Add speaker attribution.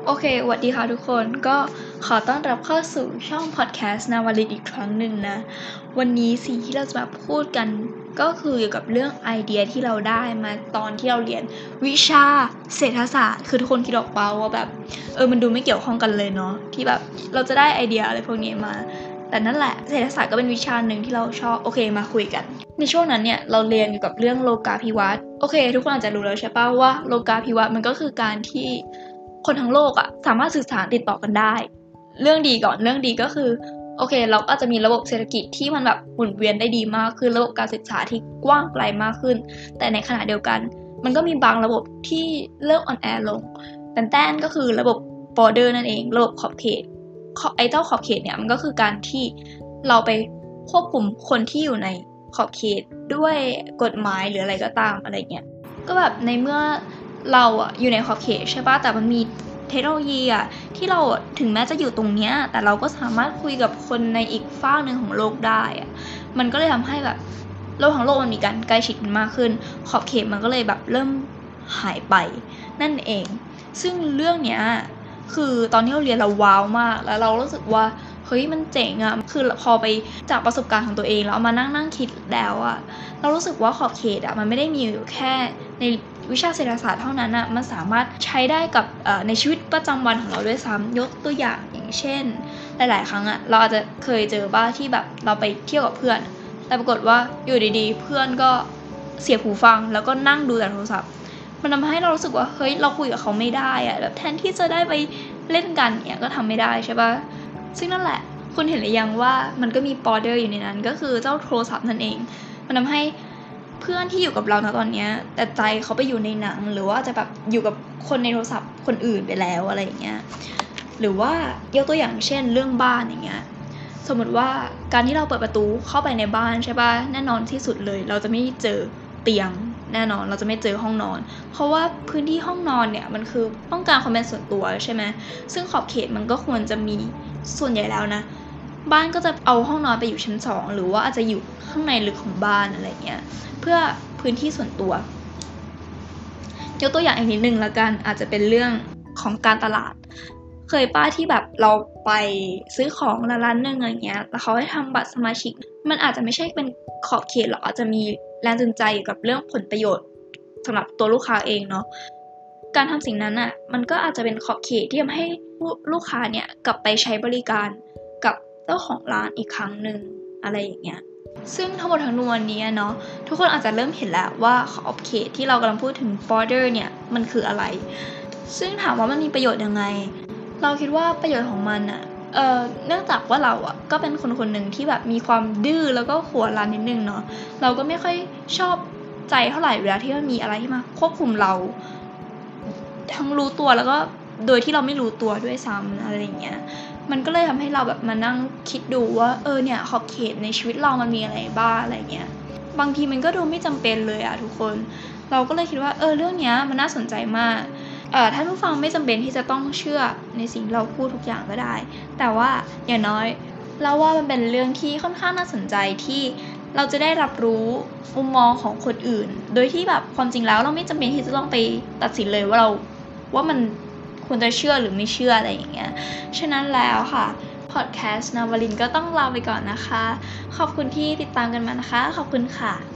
Speaker 1: โอเคสวัสดีค่ะทุกคนก็ขอต้อนรับเข้าสู่ช่องพอดแคสต์นาวลินอีกครั้งหนึ่งนะวันนี้สิ่งที่เราจะมาพูดกันก็คือเกี่ยวกับเรื่องไอเดียที่เราได้มาตอนที่เราเรียนวิชาเศรษฐศาสตร์คือทุกคนคิดออกเปล่าว่าแบบมันดูไม่เกี่ยวข้องกันเลยเนาะที่แบบเราจะได้ไอเดียอะไรพวกนี้มาแต่นั่นแหละเศรษฐศาสตร์ก็เป็นวิชาหนึ่งที่เราชอบโอเคมาคุยกันในช่วงนั้นเนี่ยเราเรียนเกี่ยวกับเรื่องโลกาภิวัตน์โอเคทุกคนอาจจะรู้แล้วใช่ป่ะว่าโลกาภิวัตน์มันก็คือการที่คนทั้งโลกอะสามารถสื่อสารติดต่อกันได้เรื่องดีก่อนเรื่องดีก็คือโอเคเราก็จะมีระบบเศรษฐกิจที่มันแบบหมุนเวียนได้ดีมากขึ้นระบบการศึกษาที่กว้างไกลมากขึ้นแต่ในขณะเดียวกันมันก็มีบางระบบที่เริ่มอ่อนแอลงแต่ก็คือระบบ border นั่นเองระบบขอบเขตไอ้เจ้าขอบเขตเนี่ยมันก็คือการที่เราไปควบคุมคนที่อยู่ในขอบเขตด้วยกฎหมายหรืออะไรก็ตามอะไรเงี้ยก็แบบในเมื่อเราอะอยู่ในขอบเขตใช่ป่ะแต่มันมีเทคโนโลยีอะที่เราถึงแม้จะอยู่ตรงเนี้ยแต่เราก็สามารถคุยกับคนในอีกฝั่งนึงของโลกได้อะมันก็เลยทำให้แบบโลกทั้งโลกมันมีการใกล้ชิดกันมากขึ้นขอบเขตมันก็เลยแบบเริ่มหายไปนั่นเองซึ่งเรื่องเนี้ยคือตอนที่เราเรียนเราว้าวมากแล้วเรารู้สึกว่าเฮ้ยมันเจ๋งอะคือพอไปจากประสบการณ์ของตัวเองแล้วเอามานั่งคิดแล้วอะเรารู้สึกว่าขอบเขตอะมันไม่ได้มีอยู่แค่ในวิชาเศรษฐศาสตร์เท่านั้นอะมันสามารถใช้ได้กับในชีวิตประจำวันของเราด้วยซ้ำยกตัวอย่างเช่นหลายๆครั้งอะเราอาจจะเคยเจอบ้างที่แบบเราไปเที่ยวกับเพื่อนแต่ปรากฏว่าอยู่ดีๆเพื่อนก็เสียบหูฟังแล้วก็นั่งดูแต่โทรศัพท์มันทำให้เรารู้สึกว่าเฮ้ยเราคุยกับเขาไม่ได้อะแบบแทนที่จะได้ไปเล่นกันเนี่ยก็ทำไม่ได้ใช่ปะซึ่งนั่นแหละคุณเห็นหรือยังว่ามันก็มี border อยู่ในนั้นก็คือเจ้าโทรศัพท์นั่นเองมันทำให้เพื่อนที่อยู่กับเราณตอนนี้แต่ใจเขาไปอยู่ในหนังหรือว่าจะแบบอยู่กับคนในโทรศัพท์คนอื่นไปแล้วอะไรอย่างเงี้ยหรือว่ายกตัวอย่างเช่นเรื่องบ้านอย่างเงี้ยสมมติว่าการที่เราเปิดประตูเข้าไปในบ้านใช่ป่ะแน่นอนที่สุดเลยเราจะไม่เจอเตียงแน่นอนเราจะไม่เจอห้องนอนเพราะว่าพื้นที่ห้องนอนเนี่ยมันคือต้องการความเป็นส่วนตัวใช่ไหมซึ่งขอบเขตมันก็ควรจะมีส่วนใหญ่แล้วนะบ้านก็จะเอาห้องนอนไปอยู่ชั้น2หรือว่าอาจจะอยู่ข้างในลึกของบ้านอะไรเงี้ยเพื่อพื้นที่ส่วนตัวยกตัวอย่างอีกนิดนึงละกันอาจจะเป็นเรื่องของการตลาดเคยป้าที่แบบเราไปซื้อของร้านนึงอะไรเงี้ยแล้วเขาให้ทำบัตรสมาชิกมันอาจจะไม่ใช่เป็นขอบเขตหรอกอาจจะมีแรงจูงใจอยู่กับเรื่องผลประโยชน์สำหรับตัวลูกค้าเองเนาะการทำสิ่งนั้นอ่ะมันก็อาจจะเป็นขอบเขตที่ทำให้ลูกค้าเนี่ยกลับไปใช้บริการกับเจ้าของร้านอีกครั้งนึงอะไรอย่างเงี้ยซึ่งทั้งหมดทั้งมวลนี้เนาะทุกคนอาจจะเริ่มเห็นแล้วว่าขอบเขตที่เรากำลังพูดถึง border เนี่ยมันคืออะไรซึ่งถามว่ามันมีประโยชน์ยังไงเราคิดว่าประโยชน์ของมันอะเนื่องจากว่าเราอะก็เป็นคนหนึ่งที่แบบมีความดื้อแล้วก็หัวรั้นนิดนึงเนาะเราก็ไม่ค่อยชอบใจเท่าไหร่เวลาที่มันมีอะไรที่มาควบคุมเราทั้งรู้ตัวแล้วก็โดยที่เราไม่รู้ตัวด้วยซ้ำอะไรอย่างเงี้ยมันก็เลยทำให้เราแบบมานั่งคิดดูว่าเนี่ยขอบเขตในชีวิตเรามันมีอะไรบ้างอะไรเงี้ยบางทีมันก็ดูไม่จำเป็นเลยอะทุกคนเราก็เลยคิดว่าเรื่องเนี้ยมันน่าสนใจมากท่านผู้ฟังไม่จำเป็นที่จะต้องเชื่อในสิ่งที่เราพูดทุกอย่างก็ได้แต่ว่าอย่างน้อยเราว่ามันเป็นเรื่องที่ค่อนข้างน่าสนใจที่เราจะได้รับรู้มุมมองของคนอื่นโดยที่แบบความจริงแล้วเราไม่จำเป็นที่จะต้องไปตัดสินเลยว่ามันควรจะเชื่อหรือไม่เชื่ออะไรอย่างเงี้ยฉะนั้นแล้วค่ะพอดแคสต์นาวลินก็ต้องลาไปก่อนนะคะขอบคุณที่ติดตามกันมานะคะขอบคุณค่ะ